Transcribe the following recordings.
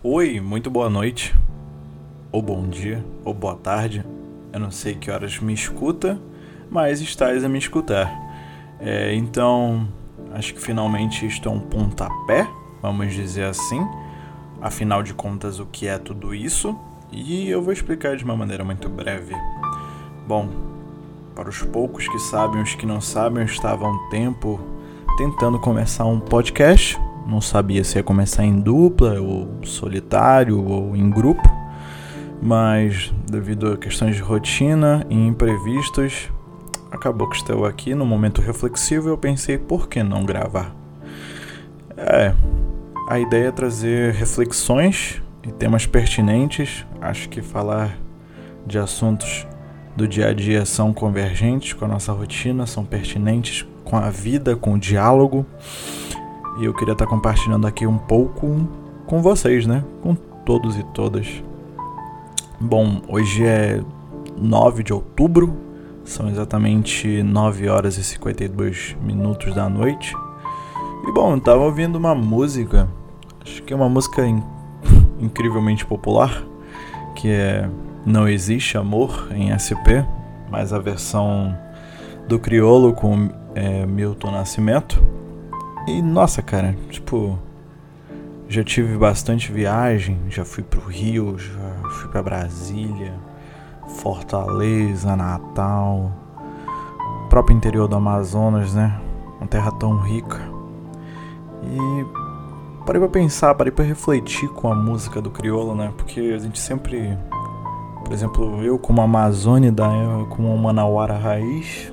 Oi, muito boa noite, ou bom dia, ou boa tarde. Eu não sei que horas me escuta, mas estás a me escutar. Então, acho que finalmente isto é um pontapé, vamos dizer assim. Afinal de contas, o que é tudo isso? E eu vou explicar de uma maneira muito breve. Bom, para os poucos que sabem, os que não sabem, eu estava há um tempo tentando começar um podcast. Não sabia se ia começar em dupla, ou solitário, ou em grupo. Mas devido a questões de rotina e imprevistos, acabou que estou aqui no momento reflexivo e eu pensei, por que não gravar? A ideia é trazer reflexões e temas pertinentes. Acho que falar de assuntos do dia a dia são convergentes com a nossa rotina, são pertinentes com a vida, com o diálogo. E eu queria estar compartilhando aqui um pouco com vocês, né? Com todos e todas. Bom, hoje é 9 de outubro, são exatamente 9 horas e 52 minutos da noite. E bom, eu tava ouvindo uma música, acho que é uma música incrivelmente popular, que é Não Existe Amor, em SP, mas a versão do Criolo com Milton Nascimento. E nossa, cara, já tive bastante viagem, já fui pro Rio, já fui pra Brasília, Fortaleza, Natal, próprio interior do Amazonas, né? Uma terra tão rica. E parei pra pensar, parei pra refletir com a música do Criolo, né? Porque a gente sempre, por exemplo, eu como amazônida, como uma manauara raiz,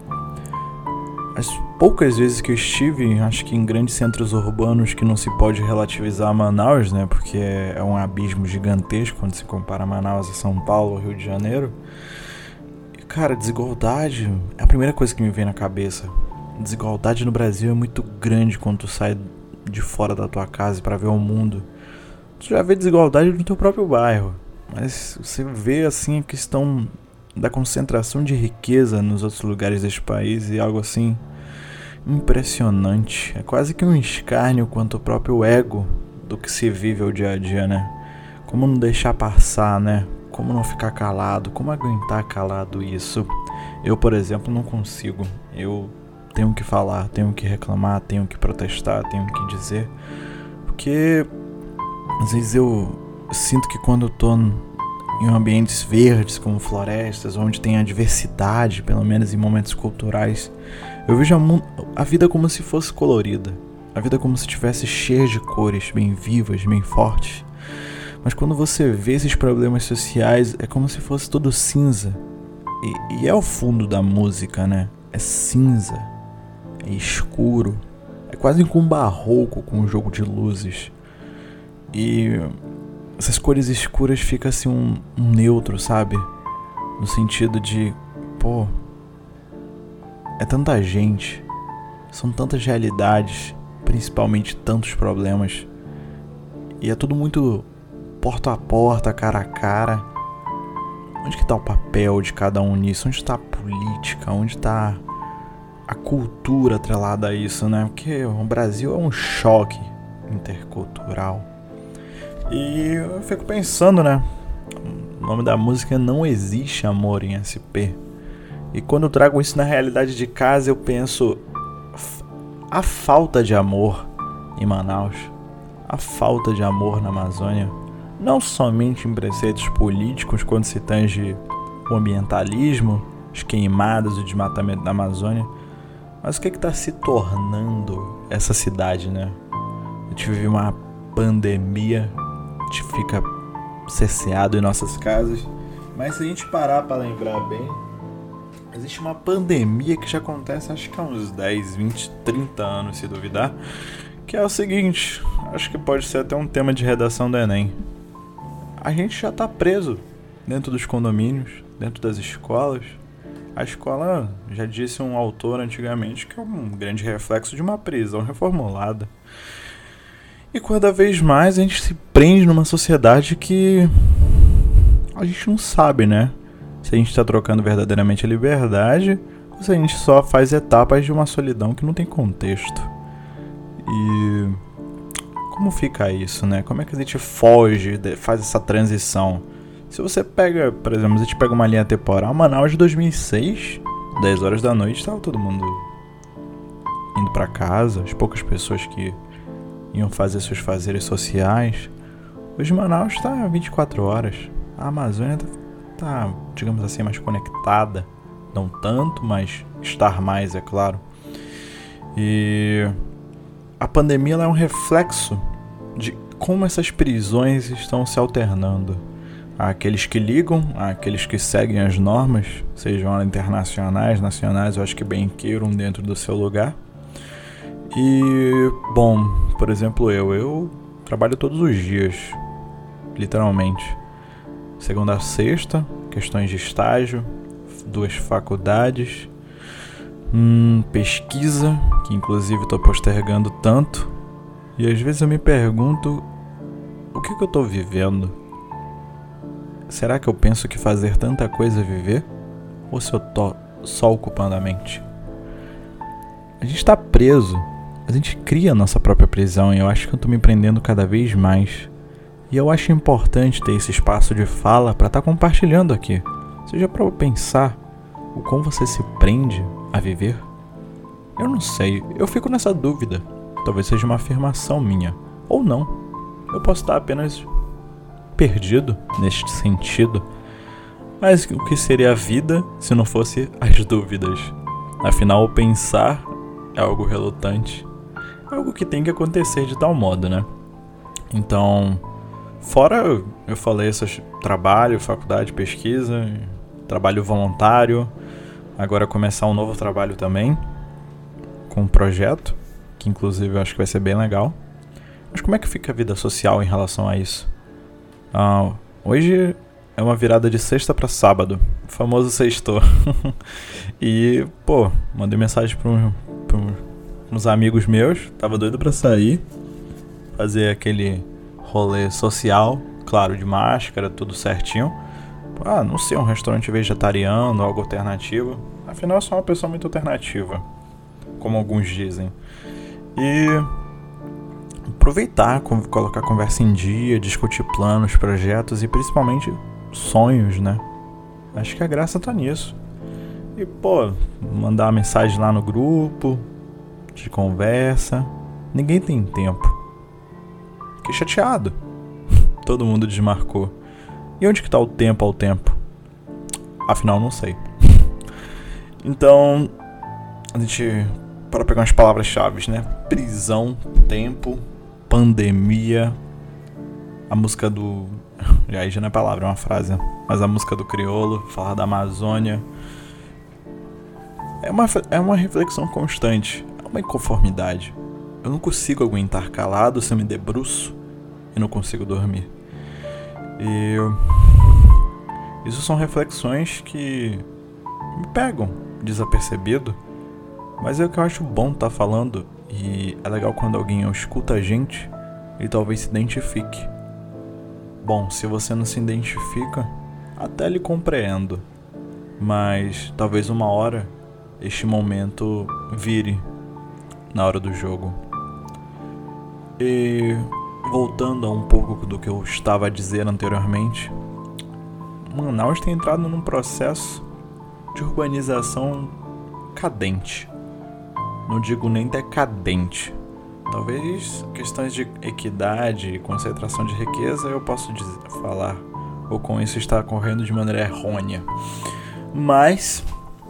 as poucas vezes que eu estive, acho que em grandes centros urbanos que não se pode relativizar a Manaus, né? Porque é um abismo gigantesco quando se compara Manaus a São Paulo, Rio de Janeiro. E, cara, desigualdade é a primeira coisa que me vem na cabeça. Desigualdade no Brasil é muito grande quando tu sai de fora da tua casa para ver o mundo. Tu já vê desigualdade no teu próprio bairro, mas você vê assim a questão da concentração de riqueza nos outros lugares deste país e algo assim impressionante. É quase que um escárnio quanto ao próprio ego do que se vive ao dia a dia, né? Como não deixar passar, né? Como não ficar calado? Como aguentar calado isso? Eu, por exemplo, não consigo. Eu tenho que falar, tenho que reclamar, tenho que protestar, tenho que dizer. Porque às vezes eu sinto que quando eu tô em ambientes verdes, como florestas, onde tem a diversidade, pelo menos em momentos culturais, eu vejo a vida como se fosse colorida. A vida como se estivesse cheia de cores, bem vivas, bem fortes. Mas quando você vê esses problemas sociais, é como se fosse tudo cinza. E é o fundo da música, né? É cinza, é escuro, é quase com um barroco, com um jogo de luzes. E essas cores escuras ficam assim um neutro, sabe? No sentido de, é tanta gente, são tantas realidades, principalmente tantos problemas. E é tudo muito porta a porta, cara a cara. Onde que tá o papel de cada um nisso? Onde tá a política? Onde tá a cultura atrelada a isso, né? Porque o Brasil é um choque intercultural. E eu fico pensando, né? O nome da música é Não Existe Amor em SP. E quando eu trago isso na realidade de casa, eu penso a falta de amor em Manaus, a falta de amor na Amazônia, não somente em preceitos políticos quando se tange o ambientalismo, as queimadas, o desmatamento da Amazônia, mas o que está se tornando essa cidade, né? A gente vive uma pandemia, a gente fica cerceado em nossas casas, mas se a gente parar para lembrar bem, existe uma pandemia que já acontece acho que há uns 10, 20, 30 anos, se duvidar, que é o seguinte, acho que pode ser até um tema de redação do Enem. A gente já está preso dentro dos condomínios, dentro das escolas. A escola, já disse um autor antigamente, que é um grande reflexo de uma prisão reformulada. E cada vez mais a gente se prende numa sociedade que a gente não sabe, né? Se a gente está trocando verdadeiramente a liberdade ou se a gente só faz etapas de uma solidão que não tem contexto. E como fica isso, né? Como é que a gente foge, faz essa transição? Se você pega, por exemplo, a gente pega uma linha temporal, Manaus de 2006, 10 horas da noite, estava todo mundo indo pra casa, as poucas pessoas que iam fazer seus fazeres sociais. Hoje Manaus está 24 horas. A Amazônia tá, digamos assim, mais conectada. Não tanto, mas estar mais, é claro. E a pandemia ela é um reflexo de como essas prisões estão se alternando. Há aqueles que ligam, há aqueles que seguem as normas, sejam elas internacionais, nacionais, eu acho que bem queiram dentro do seu lugar. E, bom, por exemplo, eu trabalho todos os dias, literalmente. Segunda a sexta, questões de estágio, 2 faculdades, pesquisa, que inclusive estou postergando tanto. E às vezes eu me pergunto, o que eu estou vivendo? Será que eu penso que fazer tanta coisa é viver? Ou se eu tô só ocupando a mente? A gente está preso, a gente cria a nossa própria prisão e eu acho que eu estou me prendendo cada vez mais. E eu acho importante ter esse espaço de fala para estar compartilhando aqui. Seja para pensar o como você se prende a viver. Eu não sei, eu fico nessa dúvida. Talvez seja uma afirmação minha, ou não. Eu posso estar apenas perdido neste sentido. Mas o que seria a vida se não fosse as dúvidas? Afinal, o pensar é algo relutante. É algo que tem que acontecer de tal modo, né? Então, fora eu falei esses trabalho, faculdade, pesquisa, trabalho voluntário, agora começar um novo trabalho também, com um projeto, que inclusive eu acho que vai ser bem legal. Mas como é que fica a vida social em relação a isso? Hoje é uma virada de sexta para sábado, o famoso sextou. E, mandei mensagem para uns amigos meus, tava doido pra sair, fazer aquele rolê social, claro, de máscara, tudo certinho. Não sei, um restaurante vegetariano, algo alternativo. Afinal, eu sou uma pessoa muito alternativa, como alguns dizem. E aproveitar, colocar a conversa em dia, discutir planos, projetos e principalmente sonhos, né? Acho que a graça tá nisso. E, mandar uma mensagem lá no grupo de conversa. Ninguém tem tempo. Fiquei chateado. Todo mundo desmarcou. E onde que tá o tempo ao tempo? Afinal, não sei. Então, a gente, para pegar umas palavras-chave, né? Prisão, tempo, pandemia, a música do... Já não é palavra, é uma frase, né? Mas a música do Criolo, falar da Amazônia. É uma reflexão constante, é uma inconformidade. Eu não consigo aguentar calado se eu me debruço e não consigo dormir. E isso são reflexões que me pegam desapercebido, mas é o que eu acho bom estar falando. E é legal quando alguém escuta a gente e talvez se identifique. Bom, se você não se identifica, até lhe compreendo, mas talvez uma hora este momento vire na hora do jogo. E voltando a um pouco do que eu estava a dizer anteriormente, Manaus tem entrado num processo de urbanização cadente. Não digo nem decadente. Talvez questões de equidade e concentração de riqueza eu posso falar, ou com isso está ocorrendo de maneira errônea. Mas,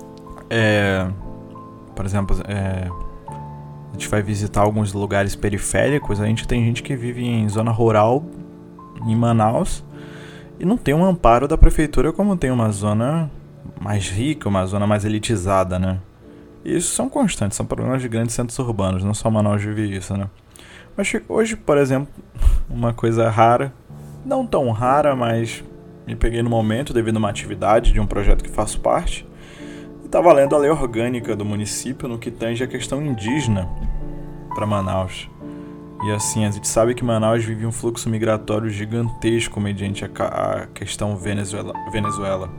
por exemplo, a gente vai visitar alguns lugares periféricos, a gente tem gente que vive em zona rural, em Manaus, e não tem um amparo da prefeitura como tem uma zona mais rica, uma zona mais elitizada, né? E isso são constantes, são problemas de grandes centros urbanos, não só Manaus vive isso, né? Mas hoje, por exemplo, uma coisa rara, não tão rara, mas me peguei no momento devido a uma atividade de um projeto que faço parte, e estava lendo a lei orgânica do município no que tange a questão indígena para Manaus. E assim, a gente sabe que Manaus vive um fluxo migratório gigantesco mediante a questão Venezuela.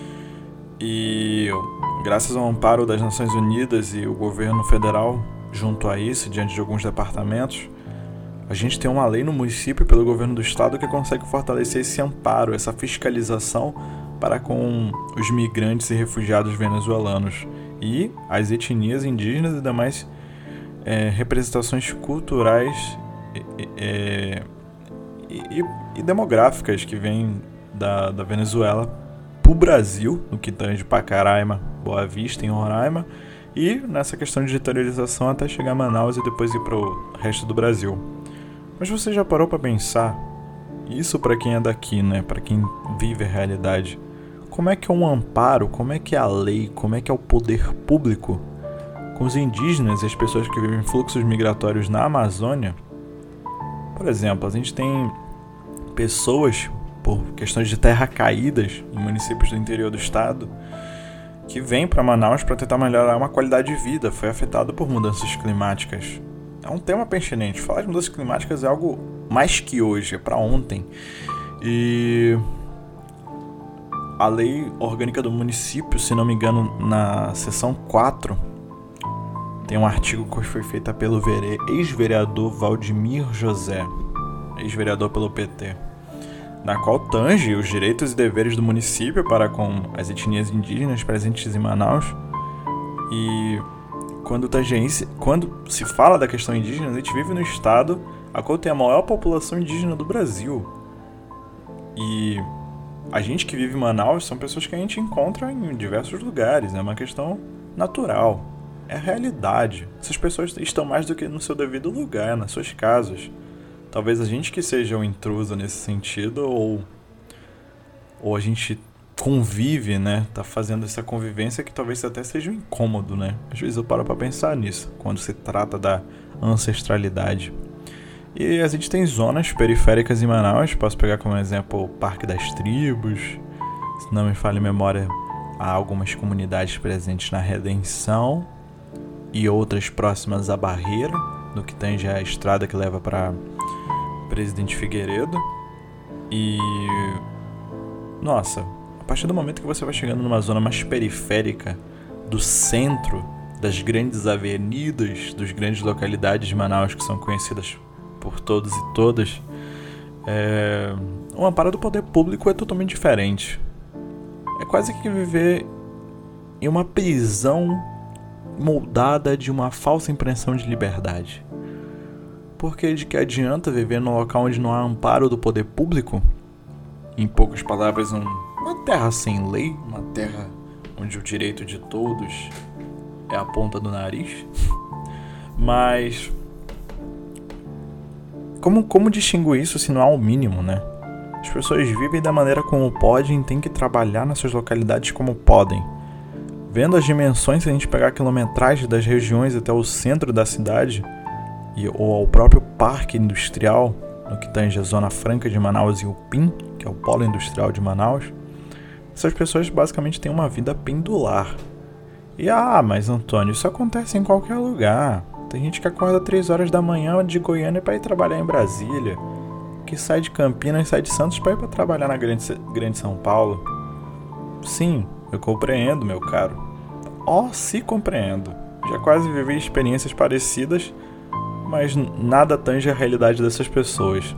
E graças ao amparo das Nações Unidas e o governo federal, junto a isso, diante de alguns departamentos, A gente tem uma lei no município pelo governo do estado que consegue fortalecer esse amparo, essa fiscalização para com os migrantes e refugiados venezuelanos e as etnias indígenas e demais representações culturais e demográficas que vêm da Venezuela para o Brasil, no que tange Pacaraima, Boa Vista, em Roraima, e nessa questão de territorialização até chegar a Manaus e depois ir para o resto do Brasil. Mas você já parou para pensar, isso para quem é daqui, né? Para quem vive a realidade, como é que é um amparo, como é que é a lei, como é que é o poder público com os indígenas e as pessoas que vivem fluxos migratórios na Amazônia? Por exemplo, a gente tem pessoas, por questões de terra caídas em municípios do interior do estado, que vêm para Manaus para tentar melhorar uma qualidade de vida, foi afetado por mudanças climáticas. É um tema pertinente. Falar de mudanças climáticas é algo mais que hoje, é para ontem. E a lei orgânica do município, se não me engano, na seção 4, tem um artigo que foi feito pelo ex-vereador Valdemir José, ex-vereador pelo PT, na qual tange os direitos e deveres do município para com as etnias indígenas presentes em Manaus. E quando se fala da questão indígena, a gente vive no estado a qual tem a maior população indígena do Brasil. E a gente que vive em Manaus são pessoas que a gente encontra em diversos lugares, é uma questão natural, é a realidade. Essas pessoas estão mais do que no seu devido lugar, nas suas casas. Talvez a gente que seja um intruso nesse sentido, ou a gente convive, né? Tá fazendo essa convivência que talvez até seja um incômodo, né? Às vezes eu paro pra pensar nisso, quando se trata da ancestralidade. E a gente tem zonas periféricas em Manaus, posso pegar como exemplo o Parque das Tribos, se não me falha a memória, há algumas comunidades presentes na Redenção e outras próximas à Barreira, no que tange a estrada que leva para Presidente Figueiredo. E nossa, a partir do momento que você vai chegando numa zona mais periférica do centro, das grandes avenidas, das grandes localidades de Manaus que são conhecidas por todos e todas, o amparo do poder público é totalmente diferente. É quase que viver em uma prisão moldada de uma falsa impressão de liberdade. Porque de que adianta viver num local onde não há amparo do poder público? Em poucas palavras, uma terra sem lei, uma terra onde o direito de todos é a ponta do nariz. Mas como distinguir isso se não há o mínimo, né? As pessoas vivem da maneira como podem e têm que trabalhar nas suas localidades como podem. Vendo as dimensões, se a gente pegar a quilometragem das regiões até o centro da cidade, ou ao próprio parque industrial, no que tange a Zona Franca de Manaus e o PIN, que é o Polo Industrial de Manaus, essas pessoas basicamente têm uma vida pendular. E mas Antônio, isso acontece em qualquer lugar. Tem gente que acorda 3 horas da manhã de Goiânia para ir trabalhar em Brasília, que sai de Campinas, sai de Santos para ir para trabalhar na grande São Paulo. Sim, eu compreendo, meu caro. Se compreendo. Já quase vivi experiências parecidas, mas nada tange a realidade dessas pessoas.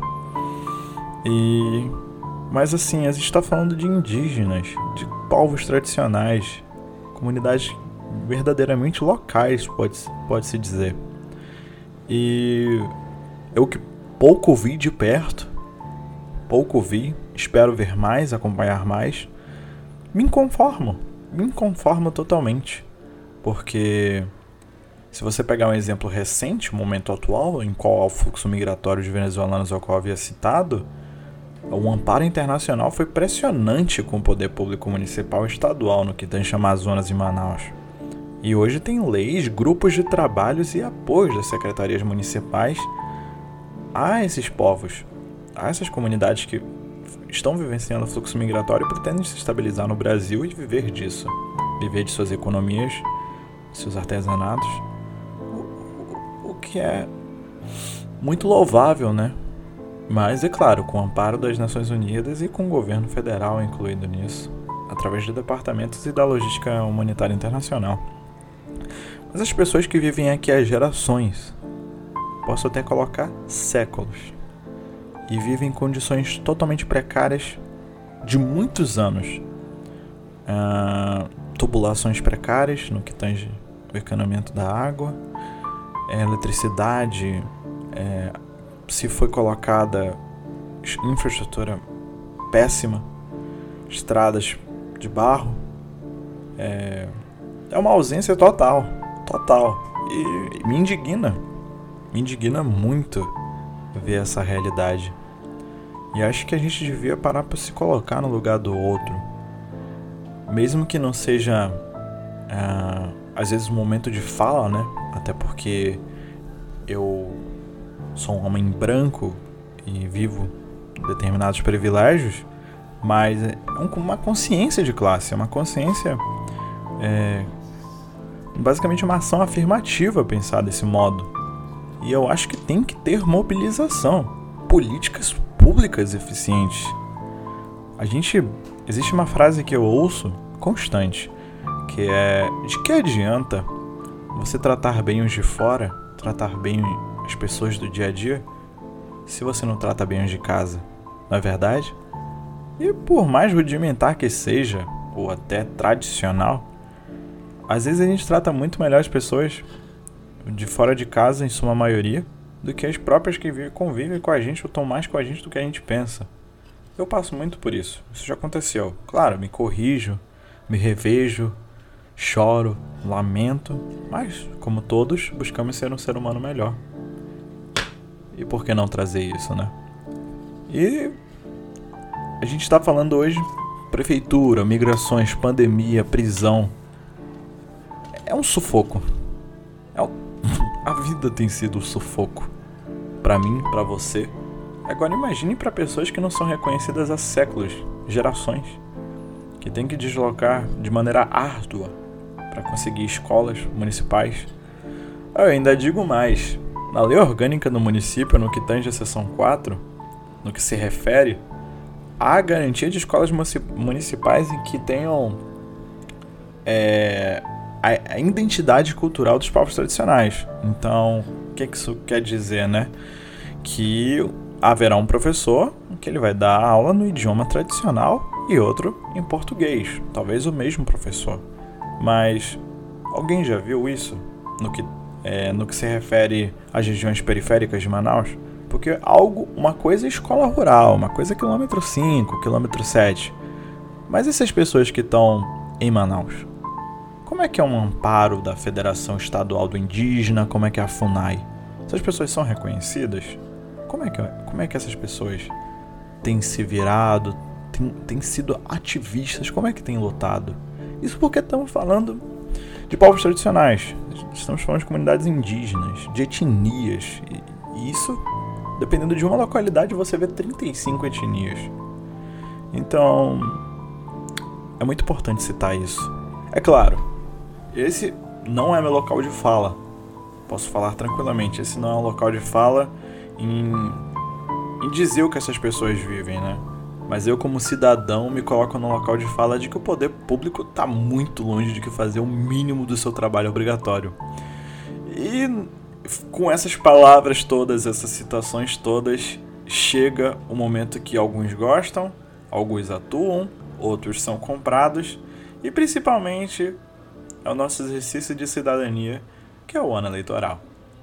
Mas assim, a gente está falando de indígenas, de povos tradicionais, comunidades verdadeiramente locais, pode-se dizer. E eu que pouco vi de perto, espero ver mais, acompanhar mais, me conformo totalmente. Porque se você pegar um exemplo recente, o momento atual, em qual o fluxo migratório de venezuelanos ao qual havia citado, o amparo internacional foi impressionante com o poder público municipal e estadual no que tange Amazonas e Manaus. E hoje tem leis, grupos de trabalhos e apoios das secretarias municipais a esses povos, a essas comunidades que estão vivenciando o fluxo migratório e pretendem se estabilizar no Brasil e viver disso. Viver de suas economias, seus artesanatos, o que é muito louvável, né? Mas, é claro, com o amparo das Nações Unidas e com o governo federal incluído nisso, através de departamentos e da logística humanitária internacional. Mas as pessoas que vivem aqui há gerações, posso até colocar séculos, e vivem em condições totalmente precárias de muitos anos. Tubulações precárias no que tange o encanamento da água, eletricidade, se foi colocada infraestrutura péssima, estradas de barro, é uma ausência total, e me indigna muito ver essa realidade, e acho que a gente devia parar para se colocar no lugar do outro, mesmo que não seja às vezes um momento de fala, né? Até porque eu sou um homem branco e vivo determinados privilégios, mas é uma consciência de classe, é uma consciência, basicamente uma ação afirmativa pensar desse modo. E eu acho que tem que ter mobilização, políticas públicas eficientes. Existe uma frase que eu ouço constante, que é: de que adianta você tratar bem os de fora, tratar bem as pessoas do dia a dia, se você não trata bem os de casa, não é verdade? E por mais rudimentar que seja, ou até tradicional, às vezes a gente trata muito melhor as pessoas de fora de casa, em sua maioria, do que as próprias que convivem com a gente ou estão mais com a gente do que a gente pensa. Eu passo muito por isso. Isso já aconteceu. Claro, me corrijo, me revejo, choro, lamento, mas, como todos, buscamos ser um ser humano melhor. E por que não trazer isso, né? E a gente está falando hoje prefeitura, migrações, pandemia, prisão. É um sufoco. A vida tem sido um sufoco. Pra mim, pra você. Agora imagine para pessoas que não são reconhecidas há séculos, gerações, que têm que deslocar de maneira árdua para conseguir escolas municipais. Eu ainda digo mais, na lei orgânica do município, no que tange a seção 4, no que se refere, há garantia de escolas municipais em que tenham a identidade cultural dos povos tradicionais. Então, o que isso quer dizer, né? Que haverá um professor que ele vai dar aula no idioma tradicional e outro em português. Talvez o mesmo professor. Mas alguém já viu isso no que se refere às regiões periféricas de Manaus? Porque uma coisa é escola rural, uma coisa é quilômetro 5, quilômetro 7. Mas essas pessoas que estão em Manaus, como é que é um amparo da Federação Estadual do Indígena? Como é que é a FUNAI? Essas pessoas são reconhecidas? Como é que essas pessoas têm se virado, têm sido ativistas? Como é que têm lutado? Isso porque estamos falando de povos tradicionais. Estamos falando de comunidades indígenas, de etnias. E isso, dependendo de uma localidade, você vê 35 etnias. Então, é muito importante citar isso. É claro, esse não é meu local de fala. Posso falar tranquilamente. Esse não é um local de fala em dizer o que essas pessoas vivem, né? Mas eu, como cidadão, me coloco no local de fala de que o poder público está muito longe de que fazer o mínimo do seu trabalho obrigatório. E com essas palavras todas, essas citações todas, chega o momento que alguns gostam, alguns atuam, outros são comprados, e principalmente é o nosso exercício de cidadania, que é o ano eleitoral.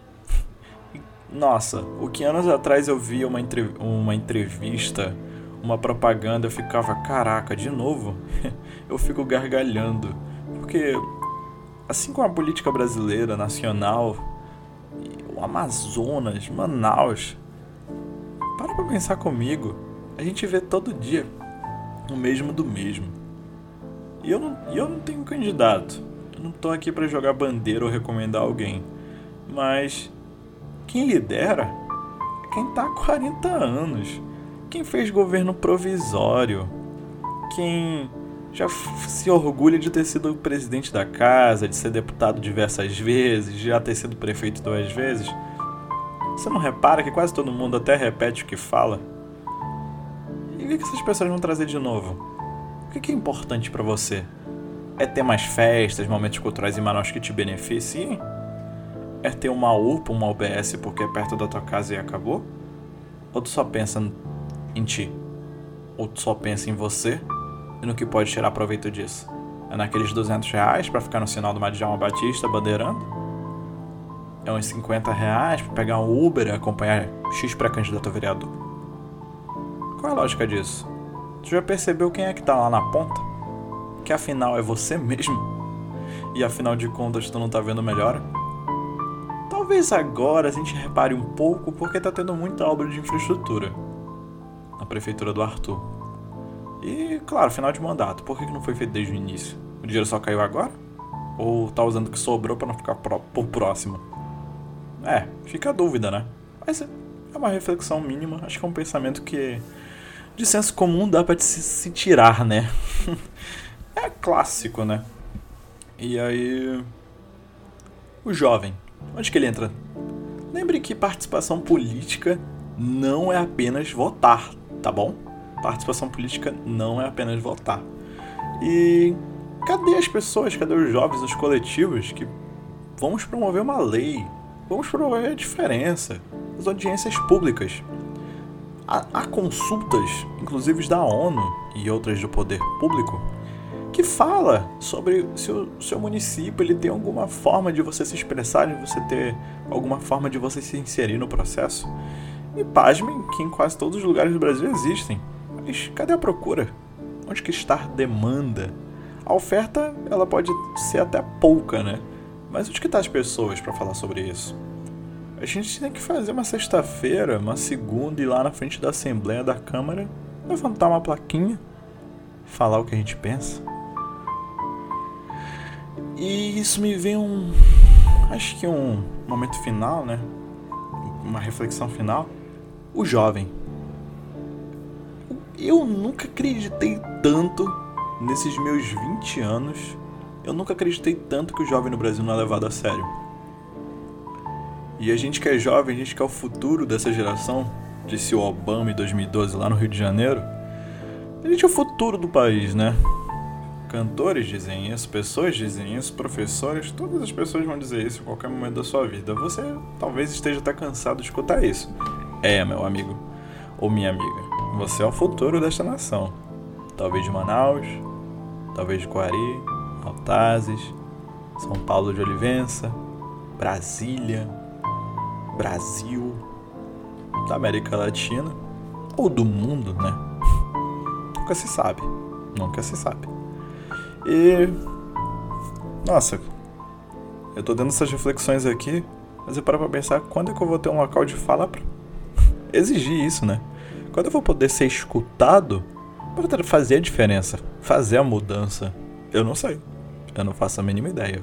Nossa, o que anos atrás eu via uma entrevista, uma propaganda, eu ficava, caraca, de novo? Eu fico gargalhando, porque assim como a política brasileira, nacional, o Amazonas, Manaus, para pra pensar comigo, a gente vê todo dia o mesmo do mesmo. E eu não tenho candidato, eu não tô aqui pra jogar bandeira ou recomendar alguém, mas quem lidera é quem tá há 40 anos, quem fez governo provisório, quem já se orgulha de ter sido presidente da casa, de ser deputado diversas vezes, de já ter sido prefeito 2 vezes. Você não repara que quase todo mundo até repete o que fala? E o que essas pessoas vão trazer de novo? O que é importante pra você? É ter mais festas, momentos culturais em Manaus que te beneficiem? é ter uma UPA, uma UBS porque é perto da tua casa e acabou? Ou tu só pensa em ti? Ou tu só pensa em você e no que pode tirar proveito disso? É naqueles R$200 pra ficar no sinal do Djalma Batista bandeirando? É uns R$50 pra pegar um Uber e acompanhar X pré-candidato a vereador? Qual é a lógica disso? Tu já percebeu quem é que tá lá na ponta? Que afinal é você mesmo? E afinal de contas tu não tá vendo melhor? Talvez agora a gente repare um pouco porque tá tendo muita obra de infraestrutura na prefeitura do Arthur. E, claro, final de mandato. Por que não foi feito desde o início? O dinheiro só caiu agora? Ou tá usando o que sobrou pra não ficar por próximo? Fica a dúvida, né? Mas é uma reflexão mínima. Acho que é um pensamento que de senso comum dá pra se tirar, né? É clássico, né? E aí... O jovem. Onde que ele entra? Lembre que participação política não é apenas votar, tá bom? Participação política não é apenas votar. E cadê as pessoas, cadê os jovens, os coletivos que vamos promover uma lei, vamos promover a diferença, as audiências públicas. Há consultas, inclusive da ONU e outras do poder público, que fala sobre se o seu município ele tem alguma forma de você se expressar, de você ter alguma forma de você se inserir no processo. E pasmem que em quase todos os lugares do Brasil existem. Mas cadê a procura? Onde que está a demanda? A oferta ela pode ser até pouca, né? Mas onde que estão as pessoas para falar sobre isso? A gente tem que fazer uma sexta-feira, uma segunda, ir lá na frente da Assembleia da Câmara, levantar uma plaquinha, falar o que a gente pensa. E isso me vem acho que um momento final, né? Uma reflexão final. O jovem. Eu nunca acreditei tanto nesses meus 20 anos. Eu nunca acreditei tanto que o jovem no Brasil não é levado a sério. E a gente que é jovem, a gente que é o futuro dessa geração, disse o Obama em 2012 lá no Rio de Janeiro. A gente é o futuro do país, né? Cantores dizem isso, pessoas dizem isso, professores, todas as pessoas vão dizer isso em qualquer momento da sua vida. Você talvez esteja até cansado de escutar isso. Meu amigo ou minha amiga, você é o futuro desta nação. Talvez de Manaus, talvez de Coari, Altazes, São Paulo de Olivença, Brasília, Brasil, da América Latina ou do mundo, né? Nunca se sabe. E... Nossa, eu tô dando essas reflexões aqui, mas eu paro pra pensar quando é que eu vou ter um local de fala pra exigir isso, né? Quando eu vou poder ser escutado para fazer a diferença, fazer a mudança. Eu não sei, eu não faço a mínima ideia.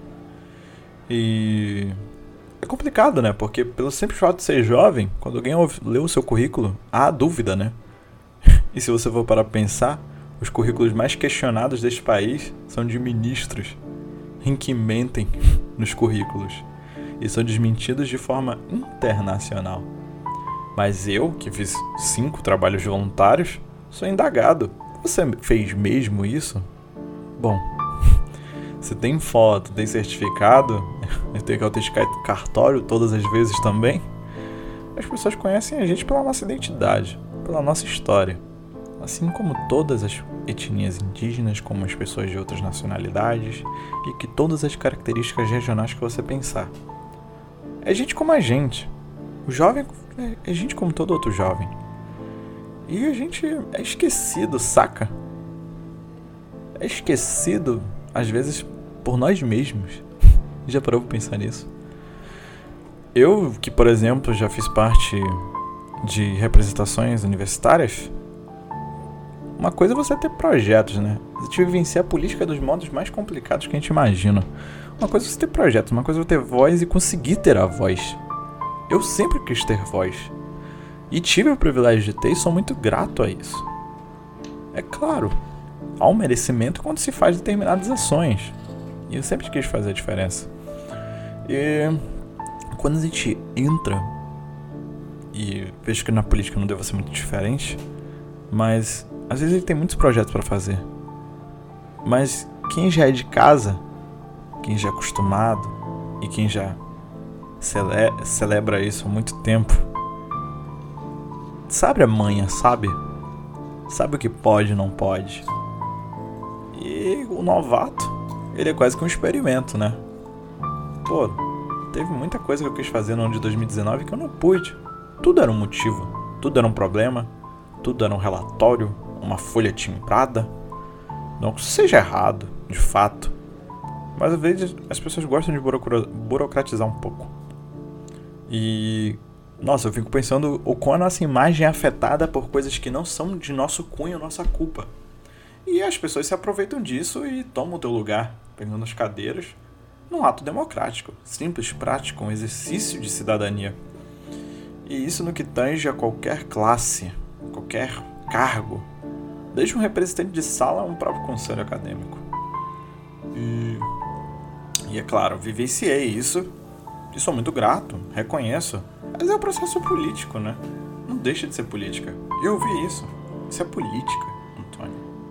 E... é complicado, né? Porque pelo simples fato de ser jovem, quando alguém lê o seu currículo, há dúvida, né? E se você for parar pra pensar, os currículos mais questionados deste país são de ministros em que mentem nos currículos e são desmentidos de forma internacional. Mas eu, que fiz 5 trabalhos voluntários, sou indagado. Você fez mesmo isso? Bom, se tem foto, tem certificado, eu tenho que autenticar cartório todas as vezes também. As pessoas conhecem a gente pela nossa identidade, pela nossa história. Assim como todas as etnias indígenas, como as pessoas de outras nacionalidades e que todas as características regionais que você pensar. É gente como a gente. O jovem é gente como todo outro jovem. E a gente é esquecido, saca? É esquecido, às vezes, por nós mesmos. Já parou pra pensar nisso? Eu, que por exemplo, já fiz parte de representações universitárias, uma coisa é você ter projetos, né? Você vivenciar a política dos modos mais complicados que a gente imagina. Uma coisa é você ter projetos, uma coisa é você ter voz e conseguir ter a voz. Eu sempre quis ter voz. E tive o privilégio de ter e sou muito grato a isso. É claro, há um merecimento quando se faz determinadas ações. E eu sempre quis fazer a diferença. E quando a gente entra, e vejo que na política não deve ser muito diferente, mas às vezes ele tem muitos projetos para fazer. Mas quem já é de casa, quem já é acostumado e quem já celebra isso há muito tempo. Sabe a manha, sabe? Sabe o que pode e não pode. E o novato, ele é quase que um experimento, né? Pô, teve muita coisa que eu quis fazer no ano de 2019 que eu não pude. Tudo era um motivo, tudo era um problema, tudo era um relatório, uma folha timbrada. Não que isso seja errado, de fato. Mas às vezes as pessoas gostam de burocratizar um pouco. E... nossa, eu fico pensando o quão a nossa imagem é afetada por coisas que não são de nosso cunho, nossa culpa. E as pessoas se aproveitam disso e tomam o teu lugar, pegando as cadeiras, num ato democrático, simples, prático, um exercício de cidadania. E isso no que tange a qualquer classe, qualquer cargo, desde um representante de sala a um próprio conselho acadêmico. E é claro, vivenciei isso e sou muito grato, reconheço. Mas é um processo político, né? Não deixa de ser política. Eu vi isso. Isso é política, Antônio.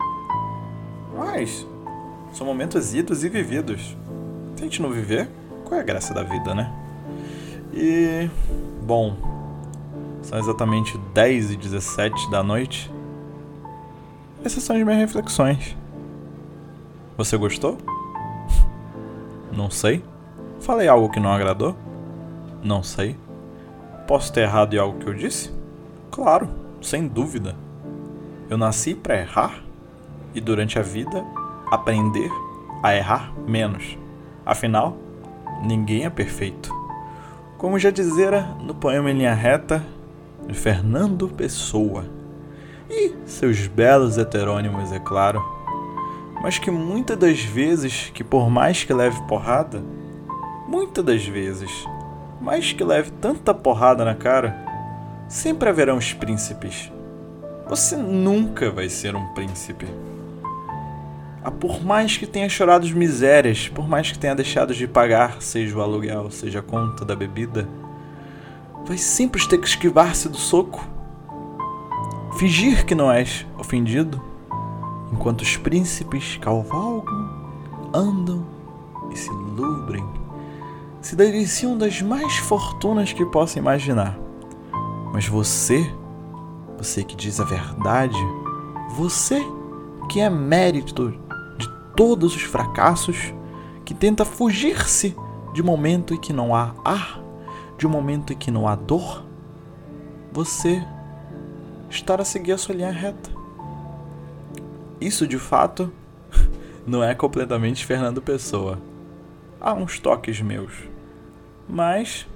Mas são momentos idos e vividos. Se a gente não viver, qual é a graça da vida, né? E... bom, são exatamente 10h17 da noite. Essas são as minhas reflexões. Você gostou? Não sei. Falei algo que não agradou? Não sei. Posso ter errado em algo que eu disse? Claro, sem dúvida. Eu nasci para errar e durante a vida aprender a errar menos. Afinal, ninguém é perfeito. Como já dizera no poema Em Linha Reta, de Fernando Pessoa. E seus belos heterônimos, é claro. Mas que muitas das vezes, que por mais que leve porrada, muitas das vezes, mais que leve tanta porrada na cara, sempre haverão os príncipes. Você nunca vai ser um príncipe. Por mais que tenha chorado de misérias, por mais que tenha deixado de pagar, seja o aluguel, seja a conta da bebida, vai sempre ter que esquivar-se do soco. Fingir que não és ofendido, enquanto os príncipes cavalgam, andam e se lubrem, se deliciam das mais fortunas que possa imaginar. Mas você que diz a verdade, você que é mérito de todos os fracassos, que tenta fugir-se de momento em que não há ar, de um momento em que não há dor, você está a seguir a sua linha reta. Isso de fato não é completamente Fernando Pessoa. Há uns toques meus. Mas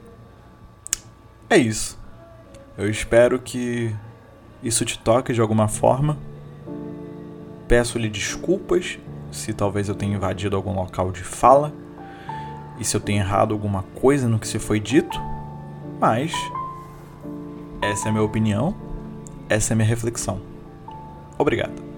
é isso. Eu espero que isso te toque de alguma forma. Peço-lhe desculpas se talvez eu tenha invadido algum local de fala e se eu tenha errado alguma coisa no que se foi dito. Mas essa é a minha opinião, essa é a minha reflexão. Obrigado.